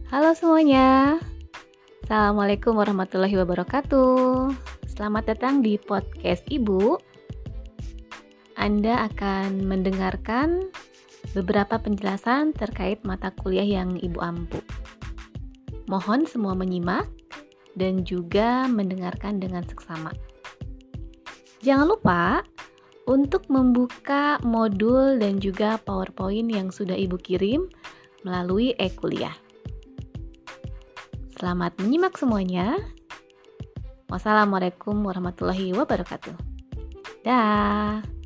Halo semuanya, Assalamualaikum warahmatullahi wabarakatuh. Selamat datang di podcast Ibu. Anda akan mendengarkan beberapa penjelasan terkait mata kuliah yang Ibu ampu. Mohon semua menyimak dan juga mendengarkan dengan seksama. Jangan lupa untuk membuka modul dan juga PowerPoint yang sudah Ibu kirim melalui e-kuliah. Selamat menyimak semuanya. Wassalamualaikum warahmatullahi wabarakatuh. Dah.